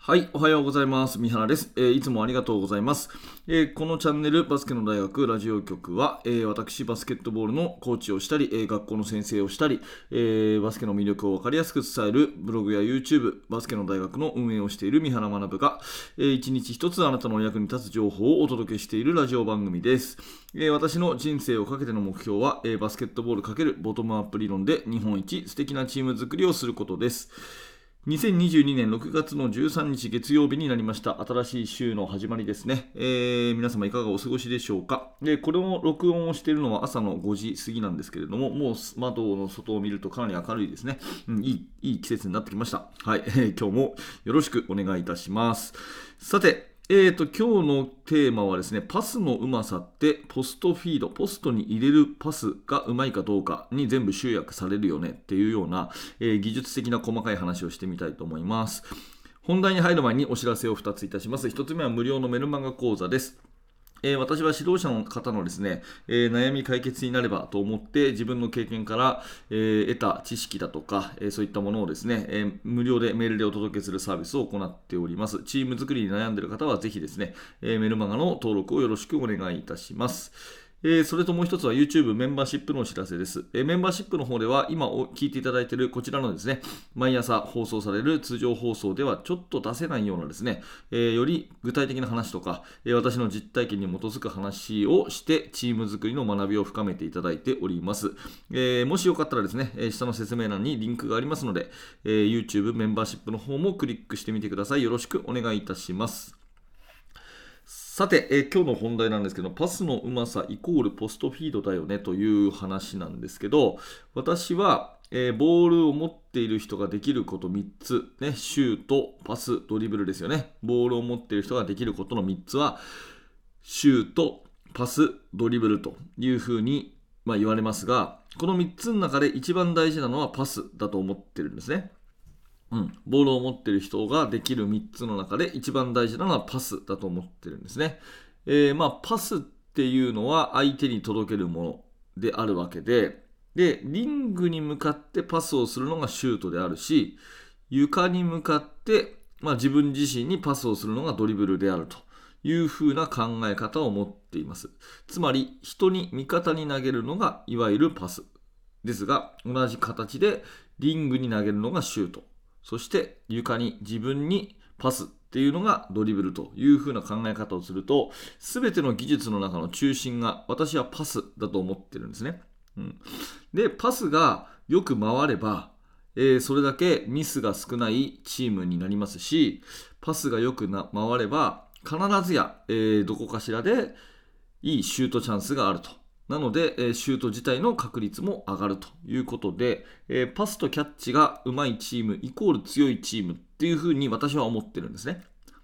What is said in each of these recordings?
はい、おはようございます。三原です。いつもありがとうございます。このチャンネルバスケの大学ラジオ局は、私バスケットボールのコーチをしたり、学校の先生をしたり、バスケの魅力を分かりやすく伝えるブログや YouTube、バスケの大学の運営をしている三原学が、一日一つあなたのお役に立つ情報をお届けしているラジオ番組です。私の人生をかけての目標は、バスケットボール×ボトムアップ理論で日本一素敵なチーム作りをすることです。2022年6月の13日月曜日になりました。新しい週の始まりですね。皆様いかがお過ごしでしょうか。これを録音をしているのは朝の5時過ぎなんですけれども、もう窓の外を見るとかなり明るいですね。いい季節になってきました。はい、今日もよろしくお願いいたします。さて、今日のテーマはですね、パスのうまさってポストフィード、ポストに入れるパスがうまいかどうかに全部集約されるよねっていうような、技術的な細かい話をしてみたいと思います。本題に入る前にお知らせを2ついたします。1つ目は無料のメルマガ講座です。私は指導者の方のですね、悩み解決になればと思って自分の経験から、得た知識だとか、そういったものをですね、無料でメールでお届けするサービスを行っております。チーム作りに悩んでいる方はぜひですね、メルマガの登録をよろしくお願いいたします。それともう一つは YouTube メンバーシップのお知らせです。メンバーシップの方では今聞いていただいているこちらのですね、毎朝放送される通常放送ではちょっと出せないようなですね、より具体的な話とか、私の実体験に基づく話をしてチーム作りの学びを深めていただいております。もしよかったらですね、下の説明欄にリンクがありますので、YouTube メンバーシップの方もクリックしてみてください。よろしくお願いいたします。さて、今日の本題なんですけど、パスのうまさイコールポストフィードだよねという話なんですけど、私は、ボールを持っている人ができること3つ、ね、シュート、パス、ドリブルですよね。ボールを持っている人ができることの3つは、シュート、パス、ドリブルというふうに、言われますが、この3つの中で一番大事なのはパスだと思ってるんですね。ボールを持っている人ができる3つの中で一番大事なのはパスだと思ってるんですね。パスっていうのは相手に届けるものであるわけで、リングに向かってパスをするのがシュートであるし、床に向かって、自分自身にパスをするのがドリブルであるというふうな考え方を持っています。つまり、人に味方に投げるのがいわゆるパスですが、同じ形でリングに投げるのがシュート。そして床に自分にパスっていうのがドリブルという風な考え方をすると、全ての技術の中の中心が私はパスだと思ってるんですね。で、パスがよく回れば、それだけミスが少ないチームになりますし、パスがよく回れば必ずや、どこかしらでいいシュートチャンスがあると。なので、シュート自体の確率も上がるということで、パスとキャッチが上手いチームイコール強いチームっていうふうに私は思ってるんですね。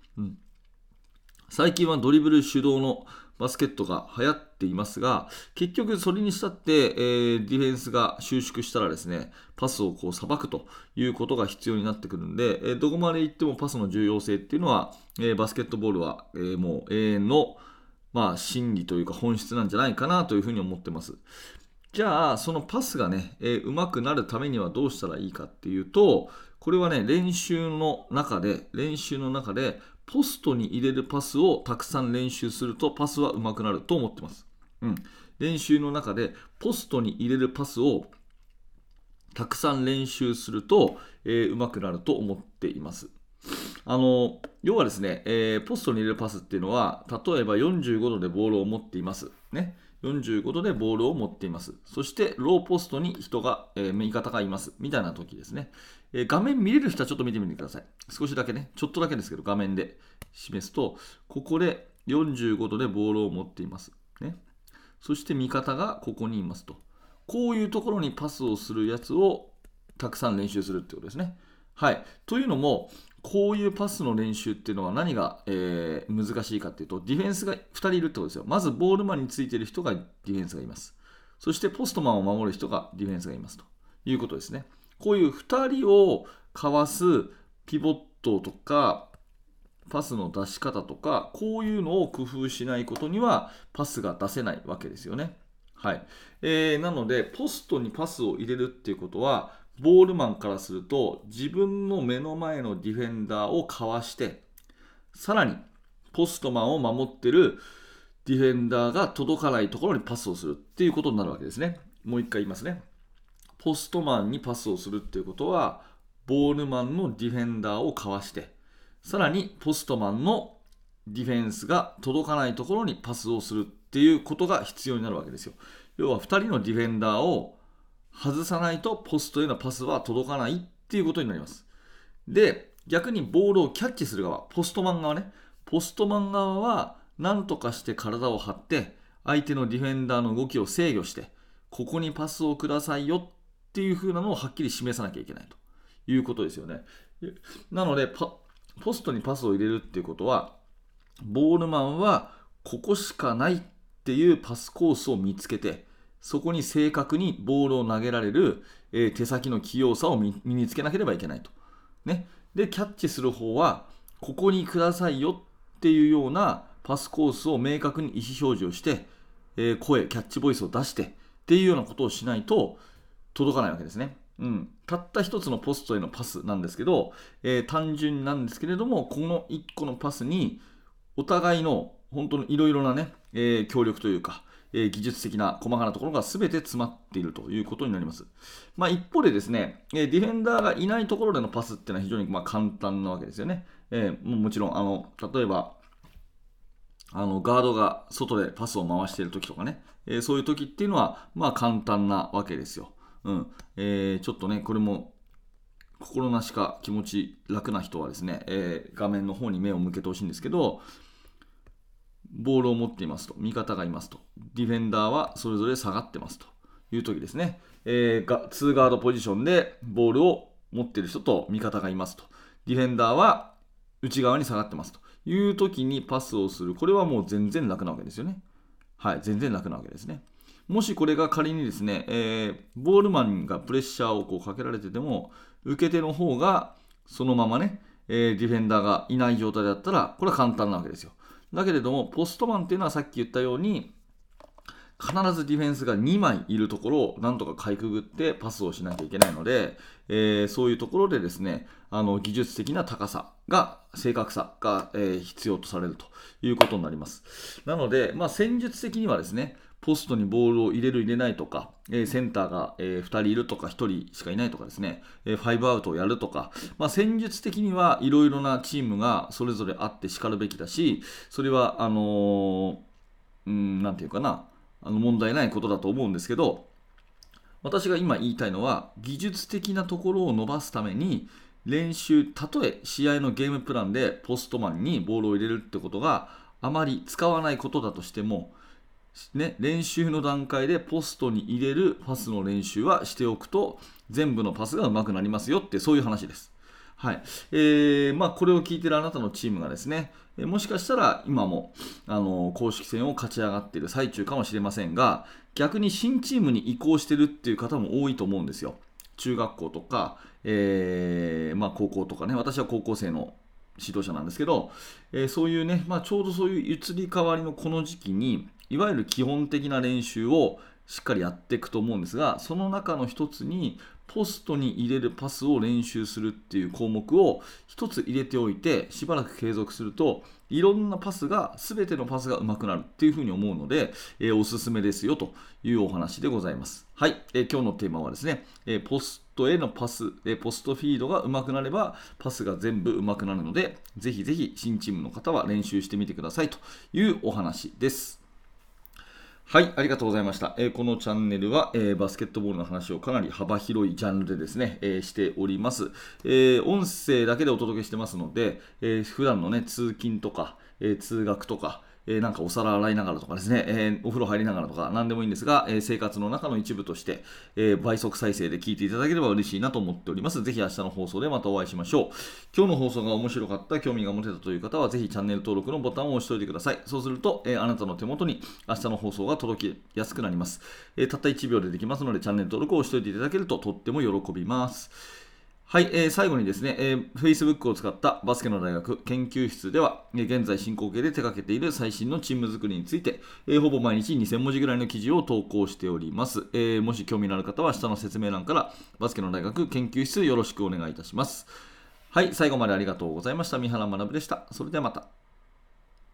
最近はドリブル主導のバスケットが流行っていますが、結局それにしたって、ディフェンスが収縮したらですね、パスをさばくということが必要になってくるんで、どこまで行ってもパスの重要性っていうのは、バスケットボールは、もう永遠の真理というか本質なんじゃないかなというふうに思ってます。じゃあ、そのパスがね、上手くなるためにはどうしたらいいかっていうと、これはね、練習の中で、ポストに入れるパスをたくさん練習すると、パスは上手くなると思ってます。練習の中で、ポストに入れるパスをたくさん練習すると、上手くなると思っています。要はですね、ポストに入れるパスっていうのは、例えば45度でボールを持っています。ね。45度でボールを持っています。そして、ローポストに人が、味方がいます。みたいな時ですね。画面見れる人はちょっと見てみてください。少しだけね、ちょっとだけですけど、画面で示すと、ここで45度でボールを持っています。ね。そして味方がここにいますと。こういうところにパスをするやつをたくさん練習するってことですね。はい。というのも、こういうパスの練習っていうのは何が、難しいかっていうと、ディフェンスが2人いるってことですよ。まずボールマンについている人がディフェンスがいます。そしてポストマンを守る人がディフェンスがいますということですね。こういう2人をかわすピボットとか、パスの出し方とか、こういうのを工夫しないことにはパスが出せないわけですよね。はい。なので、ポストにパスを入れるっていうことは、 ボールマンからすると自分の目の前のディフェンダーをかわして、さらにポストマンを守ってるディフェンダーが届かないところにパスをするっていうことになるわけですね。もう一回言いますね。ポストマンにパスをするっていうことは、ボールマンのディフェンダーをかわして、さらにポストマンのディフェンスが届かないところにパスをするっていうことが必要になるわけですよ。要は2人のディフェンダーを外さないとポストへのパスは届かないっていうことになります。で、逆にボールをキャッチする側、ポストマン側は何とかして体を張って相手のディフェンダーの動きを制御して、ここにパスをくださいよっていう風なのをはっきり示さなきゃいけないということですよね。なのでポストにパスを入れるっていうことは、ボールマンはここしかないっていうパスコースを見つけて、そこに正確にボールを投げられる、手先の器用さを身につけなければいけないと。ね。で、キャッチする方は、ここにくださいよっていうようなパスコースを明確に意思表示をして、キャッチボイスを出してっていうようなことをしないと届かないわけですね。たった一つのポストへのパスなんですけど、単純なんですけれども、この1個のパスにお互いの本当にいろいろなね、協力というか、技術的な細かなところが全て詰まっているということになります。一方でですね、ディフェンダーがいないところでのパスっていうのは非常に簡単なわけですよね。もちろん例えばガードが外でパスを回しているときとかね、そういうときっていうのは簡単なわけですよ。ちょっとね、これも心なしか気持ち楽な人はですね、画面の方に目を向けてほしいんですけど、ボールを持っていますと、味方がいますと、ディフェンダーはそれぞれ下がってますという時ですね、2ガードポジションでボールを持っている人と味方がいますと、ディフェンダーは内側に下がってますという時にパスをする。これはもう全然楽なわけですよね。はい、全然楽なわけですね。もしこれが仮にですね、ボールマンがプレッシャーをかけられてても、受け手の方がそのままね、ディフェンダーがいない状態だったら、これは簡単なわけですよ。だけれども、ポストマンっていうのはさっき言ったように、必ずディフェンスが2枚いるところをなんとかかいくぐってパスをしなきゃいけないので、そういうところでですね、技術的な高さが、正確さが、必要とされるということになります。なので、戦術的にはですね、ポストにボールを入れる入れないとか、センターが、2人いるとか1人しかいないとかですね、5アウトをやるとか、戦術的にはいろいろなチームがそれぞれあってしかるべきだし、それはなんていうかな、問題ないことだと思うんですけど、私が今言いたいのは、技術的なところを伸ばすために練習、たとえ試合のゲームプランでポストマンにボールを入れるってことがあまり使わないことだとしても、練習の段階でポストに入れるパスの練習はしておくと全部のパスが上手くなりますよって、そういう話です。はい。これを聞いているあなたのチームがですね、もしかしたら今も公式戦を勝ち上がっている最中かもしれませんが、逆に新チームに移行しているっていう方も多いと思うんですよ。中学校とか、高校とかね、私は高校生の指導者なんですけど、そういうね、ちょうどそういう移り変わりのこの時期に、いわゆる基本的な練習をしっかりやっていくと思うんですが、その中の一つにポストに入れるパスを練習するっていう項目を一つ入れておいて、しばらく継続するといろんなパスが、全てのパスが上手くなるっていうふうに思うので、おすすめですよというお話でございます。はい、今日のテーマはですね、ポストへのパス、ポストフィードが上手くなればパスが全部上手くなるので、ぜひぜひ新チームの方は練習してみてくださいというお話です。はい、ありがとうございました。このチャンネルは、バスケットボールの話をかなり幅広いジャンルでですね、しております。音声だけでお届けしてますので、普段のね、通勤とか、通学とか、なんかお皿洗いながらとかですね、お風呂入りながらとか何でもいいんですが、生活の中の一部として、倍速再生で聞いていただければ嬉しいなと思っております。ぜひ明日の放送でまたお会いしましょう。今日の放送が面白かった、興味が持てたという方はぜひチャンネル登録のボタンを押しておいてください。そうすると、あなたの手元に明日の放送が届きやすくなります。たった1秒でできますのでチャンネル登録を押しておいていただけるととっても喜びます。 はい、最後にですね、Facebook を使ったバスケの大学研究室では、現在進行形で手掛けている最新のチーム作りについて、ほぼ毎日2000文字ぐらいの記事を投稿しております。もし興味のある方は下の説明欄からバスケの大学研究室よろしくお願いいたします。はい、最後までありがとうございました。三原学でした。それではまた。